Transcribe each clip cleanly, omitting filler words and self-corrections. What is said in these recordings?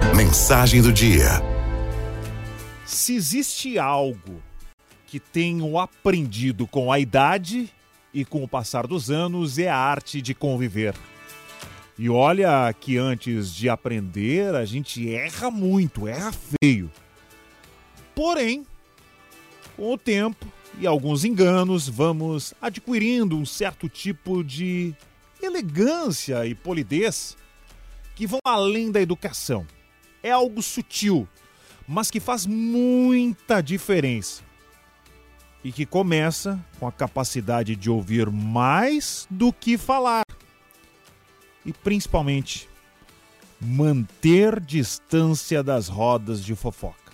Mensagem do dia. Se existe algo que tenho aprendido com a idade e com o passar dos anos, é a arte de conviver. E olha que antes de aprender, a gente erra muito, erra feio. Porém, com o tempo e alguns enganos, vamos adquirindo um certo tipo de elegância e polidez que vão além da educação. É algo sutil, mas que faz muita diferença. E que começa com a capacidade de ouvir mais do que falar. E principalmente, manter distância das rodas de fofoca.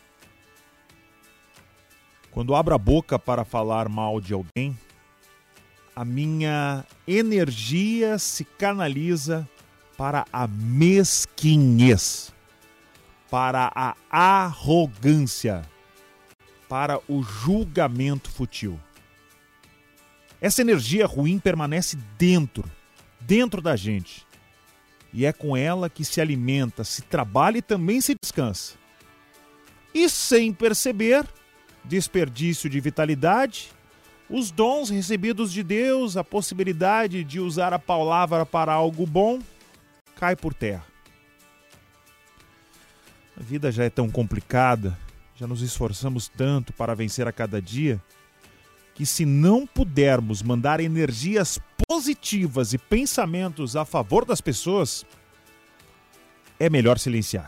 Quando abro a boca para falar mal de alguém, a minha energia se canaliza para a mesquinhez, para a arrogância, para o julgamento fútil. Essa energia ruim permanece dentro da gente. E é com ela que se alimenta, se trabalha e também se descansa. E sem perceber, desperdício de vitalidade, os dons recebidos de Deus, a possibilidade de usar a palavra para algo bom, cai por terra. A vida já é tão complicada, já nos esforçamos tanto para vencer a cada dia, que se não pudermos mandar energias positivas e pensamentos a favor das pessoas, é melhor silenciar.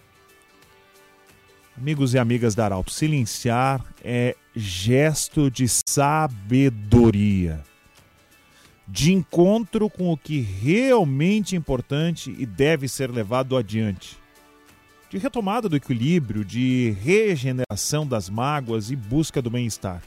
Amigos e amigas da Arauto, silenciar é gesto de sabedoria, de encontro com o que realmente é importante e deve ser levado adiante, de retomada do equilíbrio, de regeneração das mágoas e busca do bem-estar.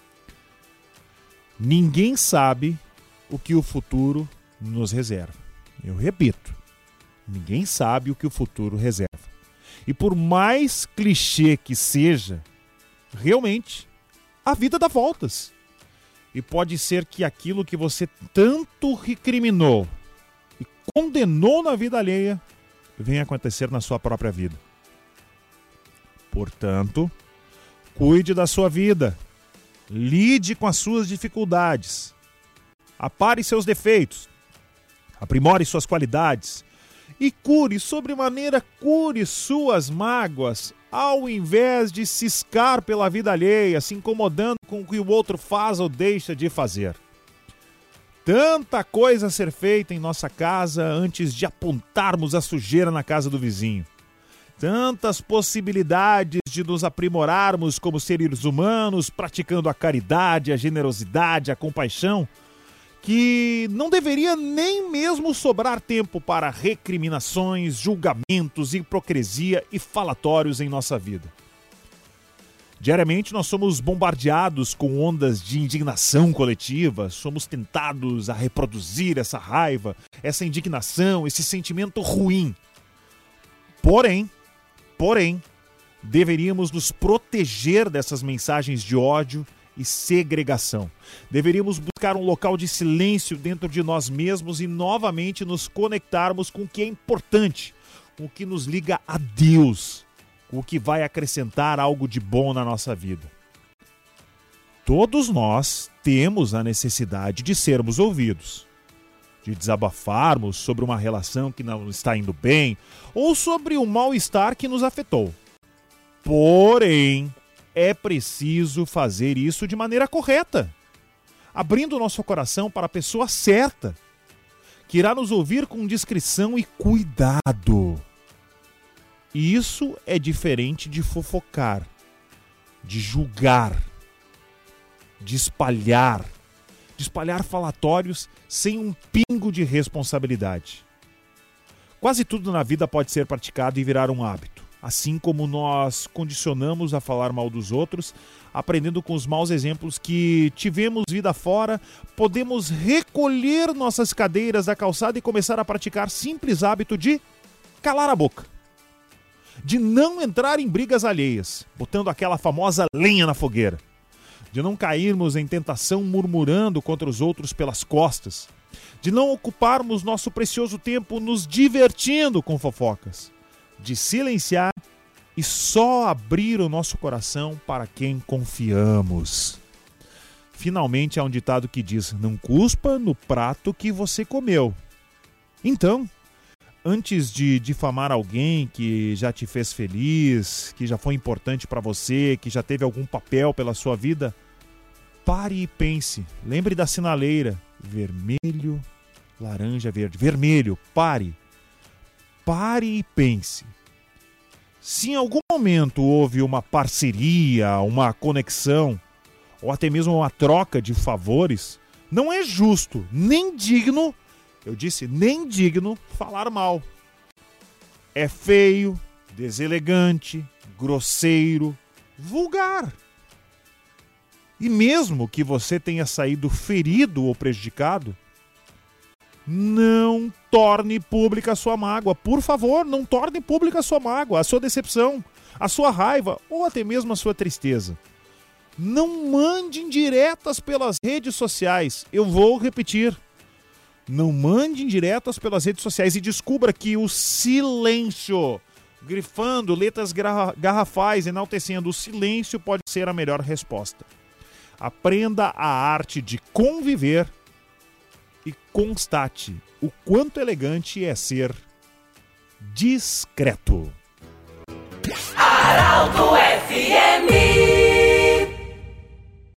Ninguém sabe o que o futuro nos reserva. Eu repito, ninguém sabe o que o futuro reserva. E por mais clichê que seja, realmente, a vida dá voltas. E pode ser que aquilo que você tanto recriminou e condenou na vida alheia venha acontecer na sua própria vida. Portanto, cuide da sua vida. Lide com as suas dificuldades. Apare seus defeitos. Aprimore suas qualidades. E cure suas mágoas, ao invés de ciscar pela vida alheia, se incomodando com o que o outro faz ou deixa de fazer. Tanta coisa a ser feita em nossa casa antes de apontarmos a sujeira na casa do vizinho. Tantas possibilidades de nos aprimorarmos como seres humanos, praticando a caridade, a generosidade, a compaixão, que não deveria nem mesmo sobrar tempo para recriminações, julgamentos, hipocrisia e falatórios em nossa vida. Diariamente nós somos bombardeados com ondas de indignação coletiva, somos tentados a reproduzir essa raiva, essa indignação, esse sentimento ruim. Porém, deveríamos nos proteger dessas mensagens de ódio e segregação. Deveríamos buscar um local de silêncio dentro de nós mesmos e novamente nos conectarmos com o que é importante, com o que nos liga a Deus, com o que vai acrescentar algo de bom na nossa vida. Todos nós temos a necessidade de sermos ouvidos, de desabafarmos sobre uma relação que não está indo bem ou sobre o mal-estar que nos afetou. Porém, é preciso fazer isso de maneira correta, abrindo o nosso coração para a pessoa certa, que irá nos ouvir com discrição e cuidado. Isso é diferente de fofocar, de julgar, de espalhar falatórios sem um pingo de responsabilidade. Quase tudo na vida pode ser praticado e virar um hábito. Assim como nós condicionamos a falar mal dos outros, aprendendo com os maus exemplos que tivemos vida fora, podemos recolher nossas cadeiras da calçada e começar a praticar simples hábito de calar a boca. De não entrar em brigas alheias, botando aquela famosa lenha na fogueira. De não cairmos em tentação murmurando contra os outros pelas costas. De não ocuparmos nosso precioso tempo nos divertindo com fofocas. de silenciar e só abrir o nosso coração para quem confiamos. Finalmente, há um ditado que diz: não cuspa no prato que você comeu. Então, antes de difamar alguém que já te fez feliz, que já foi importante para você, que já teve algum papel pela sua vida, pare e pense. Lembre da sinaleira: vermelho, laranja, verde. Vermelho, pare. Pare e pense. Se em algum momento houve uma parceria, uma conexão, ou até mesmo uma troca de favores, não é justo, nem digno, eu disse nem digno, falar mal. É feio, deselegante, grosseiro, vulgar. E mesmo que você tenha saído ferido ou prejudicado, não torne pública a sua mágoa. Por favor, não torne pública a sua mágoa, a sua decepção, a sua raiva ou até mesmo a sua tristeza. Não mande indiretas pelas redes sociais. Eu vou repetir. Não mande indiretas pelas redes sociais e descubra que o silêncio, grifando letras garrafais, enaltecendo o silêncio, pode ser a melhor resposta. Aprenda a arte de conviver e constate o quanto elegante é ser discreto. Arauto